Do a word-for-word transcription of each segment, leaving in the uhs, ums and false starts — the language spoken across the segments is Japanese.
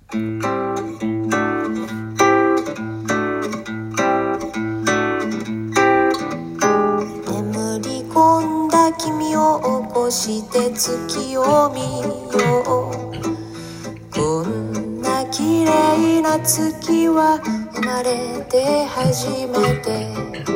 り込んだ君を起こして月を見よう。こんな綺麗な月は生まれて初めて。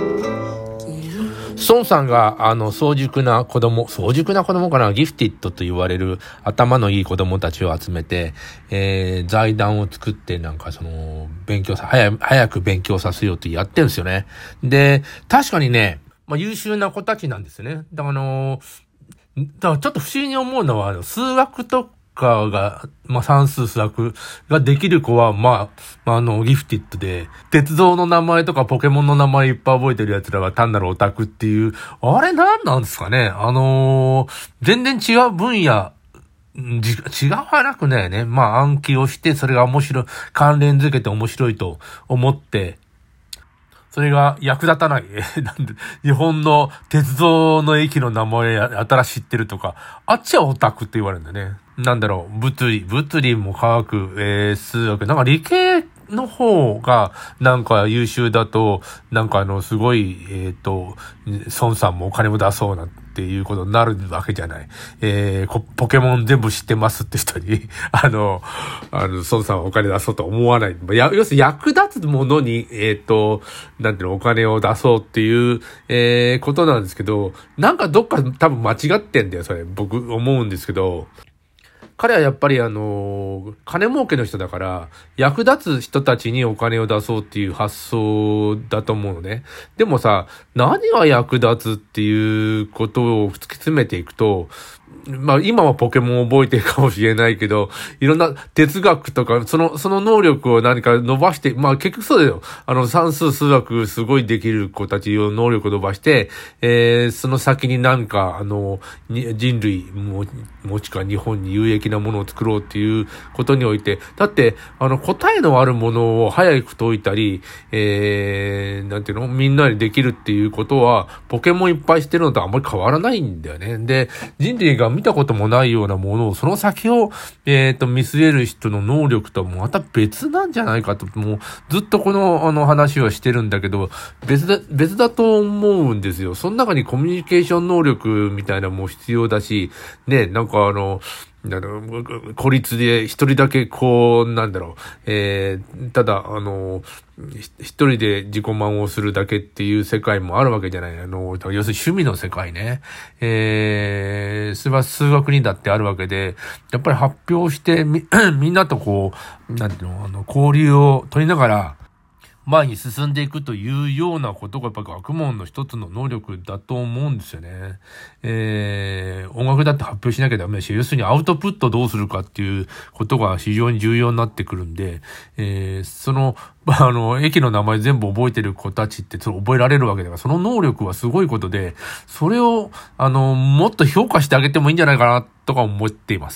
孫さんが、あの、早熟な子供、早熟な子供かな、ギフティッドと言われる頭のいい子供たちを集めて、えー、財団を作って、なんかその、勉強さ、早、早く勉強させようってやってるんですよね。で、確かにね、まあ、優秀な子たちなんですね。だから、あのー、だからちょっと不思議に思うのは、あの数学とかが、まあ、算数数学ができる子は、まあ、あの、ギフティッドで、鉄道の名前とかポケモンの名前いっぱい覚えてる奴らは単なるオタクっていう、あれなんなんですかね。あのー、全然違う分野、違わなくないね。まあ、暗記をして、それが面白い、関連づけて面白いと思って、それが役立たない。なんで、日本の鉄道の駅の名前やたら知ってるとか、あっちはオタクって言われるんだね。なんだろう、物理、物理も科学、えー、数学、なんか理系の方が、なんか優秀だと、なんかあの、すごい、えっと、孫さんもお金も出そうなっていうことになるわけじゃない。えー、ポケモン全部知ってますって人に、あの、あの、孫さんはお金出そうと思わない。や、要するに役立つものに、えっと、なんていうの、お金を出そうっていう、えー、ことなんですけど、なんかどっか多分間違ってんだよ、それ。僕思うんですけど、彼はやっぱりあの、金儲けの人だから、役立つ人たちにお金を出そうっていう発想だと思うのね。でもさ、何が役立つっていうことを突き詰めていくと、まあ今はポケモンを覚えてるかもしれないけど、いろんな哲学とか、その、その能力を何か伸ばして、まあ結局そうだよ。あの算数数学すごいできる子たちを能力を伸ばして、えー、その先になんか、あの、人類も、もしくは日本に有益なものを作ろうっていうことにおいて、だって、あの答えのあるものを早く解いたり、えー、なんていうの、みんなにできるっていうことは、ポケモンいっぱいしてるのとあんまり変わらないんだよね。で、人類が見たこともないようなものを、その先を、えっと、見据える人の能力とはまた別なんじゃないかと、もう、ずっとこの、あの話はしてるんだけど、別だ、別だと思うんですよ。その中にコミュニケーション能力みたいなのも必要だし、ね、なんかあの、なんだろう、孤立で一人だけこう、なんだろう、えー、ただ、あの、一人で自己満をするだけっていう世界もあるわけじゃない。あの、要するに趣味の世界ね。えー、それは数学にだってあるわけで、やっぱり発表してみ、みんなとこう、なんていうの、あの、交流を取りながら、前に進んでいくというようなことがやっぱり学問の一つの能力だと思うんですよね。えー、音楽だって発表しなきゃダメだし、要するにアウトプットどうするかっていうことが非常に重要になってくるんで、えー、その、あの、駅の名前全部覚えてる子たちってそれ覚えられるわけだから、その能力はすごいことで、それを、あの、もっと評価してあげてもいいんじゃないかな、とか思っています。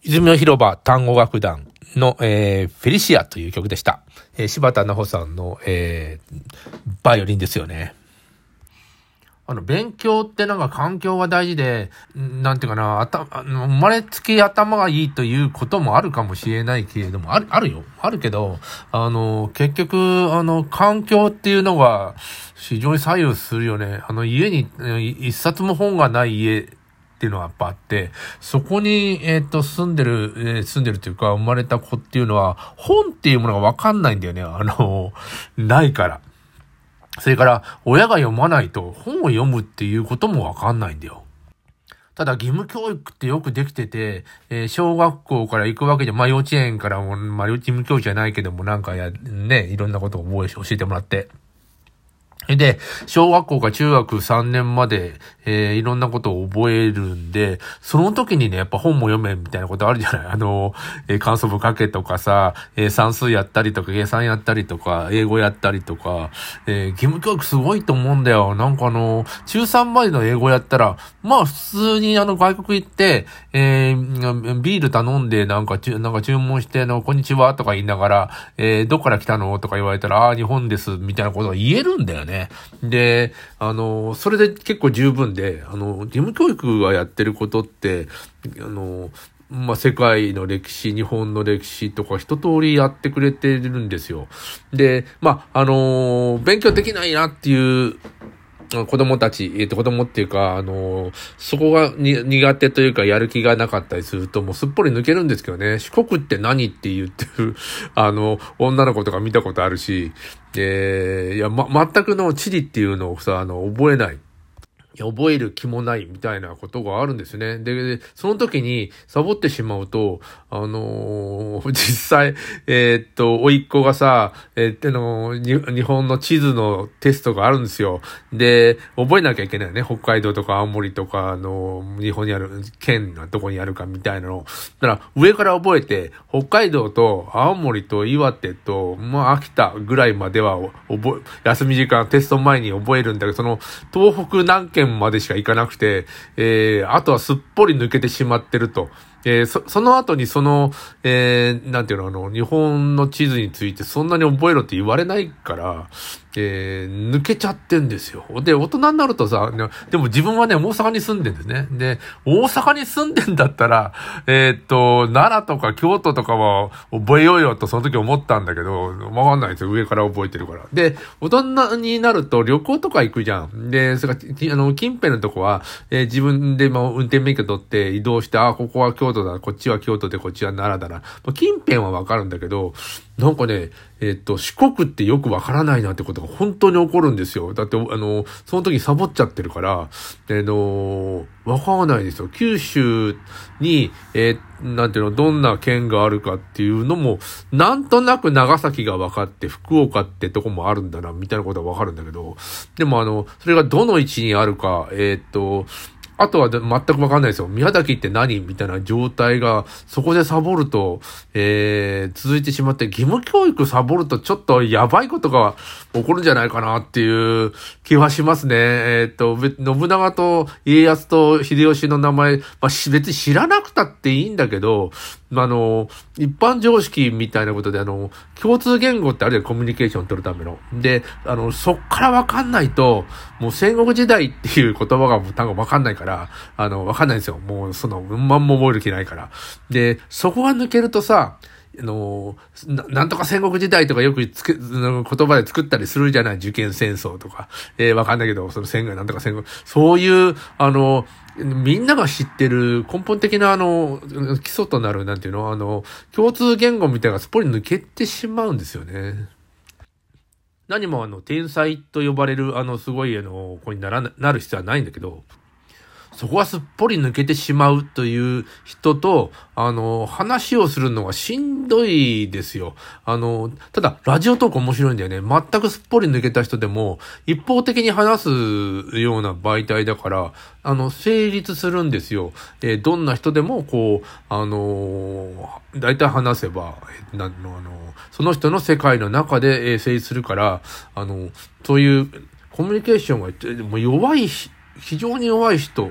泉の広場単語楽団の、えー、フェリシアという曲でした。えー、柴田奈穂さんの、えー、バイオリンですよね。あの、勉強ってなんか環境が大事で、なんていうかな、頭、生まれつき頭がいいということもあるかもしれないけれども、ある、あるよ。あるけど、あの、結局、あの、環境っていうのが非常に左右するよね。あの、家に一冊も本がない家っていうのがやっぱあって、そこに、えっと、住んでる、えー、住んでるというか、生まれた子っていうのは、本っていうものがわかんないんだよね。あの、ないから。それから、親が読まないと本を読むっていうこともわかんないんだよ。ただ義務教育ってよくできてて、えー、小学校から行くわけじゃ、まあ幼稚園からも、まあ義務教育じゃないけどもなんかや、ね、いろんなことを覚え、教えてもらって。で、小学校から中学さんねんまで、えー、いろんなことを覚えるんで、その時にね、やっぱ本も読めみたいなことあるじゃない。あの、えー、関数部書けとかさ、えー、算数やったりとか、計算やったりとか、英語やったりとか、えー、義務教育すごいと思うんだよ。なんかあの、中さんまでの英語やったら、まあ普通にあの外国行って、えー、ビール頼んで、なんか、なんか注文して、あの、こんにちはとか言いながら、えー、どっから来たのとか言われたら、ああ、日本です、みたいなことが言えるんだよね。で、あの、それで結構十分で、あの、義務教育がやってることって、あの、まあ、世界の歴史、日本の歴史とか一通りやってくれてるんですよ。で、まあ、あの、勉強できないなっていう子供たち、えっと、子供っていうか、あの、そこがに苦手というか、やる気がなかったりすると、もうすっぽり抜けるんですけどね、四国って何って言ってる、あの、女の子とか見たことあるし、えー、いや、ま、全くの地理っていうのをさ、あの、覚えない。覚える気もないみたいなことがあるんですね。で、でその時にサボってしまうと、あのー、実際、えー、っと、甥っ子がさ、えー、の日本の地図のテストがあるんですよ。で、覚えなきゃいけないよね。北海道とか青森とか、あのー、日本にある県がどこにあるかみたいなの。だから、上から覚えて、北海道と青森と岩手と、まあ、秋田ぐらいまでは覚え、休み時間テスト前に覚えるんだけど、その、東北何県までしか行かなくて、えー、あとはすっぽり抜けてしまってると。えー、そ、その後にその、えー、なんていうの、あの、日本の地図についてそんなに覚えろって言われないから、えー、抜けちゃってんですよ。で、大人になるとさ、でも自分はね、大阪に住んでんですね。で、大阪に住んでんだったら、えー、っと、奈良とか京都とかは覚えようよとその時思ったんだけど、わかんないですよ。上から覚えてるから。で、大人になると旅行とか行くじゃん。で、それから、あの、近辺のとこは、えー、自分でも運転免許取って移動して、あ、ここは京都だ、こっちは京都で、こっちは奈良だな。近辺はわかるんだけど、なんかね、えっと、四国ってよくわからないなってことが本当に起こるんですよ。だって、あの、その時サボっちゃってるから、あの、わからないですよ。九州に、えー、なんていうの、どんな県があるかっていうのも、なんとなく長崎が分かって、福岡ってとこもあるんだな、みたいなことはわかるんだけど、でもあの、それがどの位置にあるか、えっと、あとは全くわかんないですよ。宮崎って何みたいな状態が、そこでサボると、えー、続いてしまって、義務教育サボるとちょっとやばいことが起こるんじゃないかなっていう気はしますね。えー、っと、信長と家康と秀吉の名前、まあ、別に知らなくたっていいんだけど、あの、一般常識みたいなことで、あの、共通言語ってあるよ、コミュニケーションを取るための。で、あの、そっからわかんないと、もう戦国時代っていう言葉が単語わかんないから、あの、わかんないんですよ。もう、その、うんまんも覚える気ないから。で、そこが抜けるとさ、あのな、なんとか戦国時代とかよくつく、言葉で作ったりするじゃない、受験戦争とか。えー、わかんないけど、その戦国、なんとか戦国、そういう、あの、みんなが知ってる根本的なあの、基礎となる、なんていうの、あの、共通言語みたいなのがすっぽり抜けてしまうんですよね。何もあの、天才と呼ばれる、あの、すごいあの、子にならな、なる必要はないんだけど、そこはすっぽり抜けてしまうという人と、あの、話をするのがしんどいですよ。あの、ただ、ラジオトーク面白いんだよね。全くすっぽり抜けた人でも、一方的に話すような媒体だから、あの、成立するんですよ。えー、どんな人でも、こう、あのー、だいたい話せば、えー、なんの、あの、その人の世界の中で、えー、成立するから、あの、そういうコミュニケーションが、もう弱い非常に弱い人っ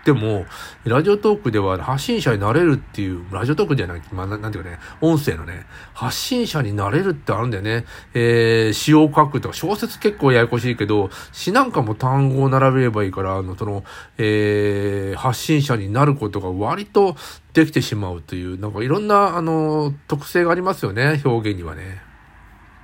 でも、ラジオトークでは発信者になれるっていう、ラジオトークじゃない、まあ、なんていうかね、音声のね、発信者になれるってあるんだよね。えー、詩を書くとか、小説結構ややこしいけど、詩なんかも単語を並べればいいから、あの、その、えー、発信者になることが割とできてしまうという、なんかいろんな、あの、特性がありますよね、表現にはね。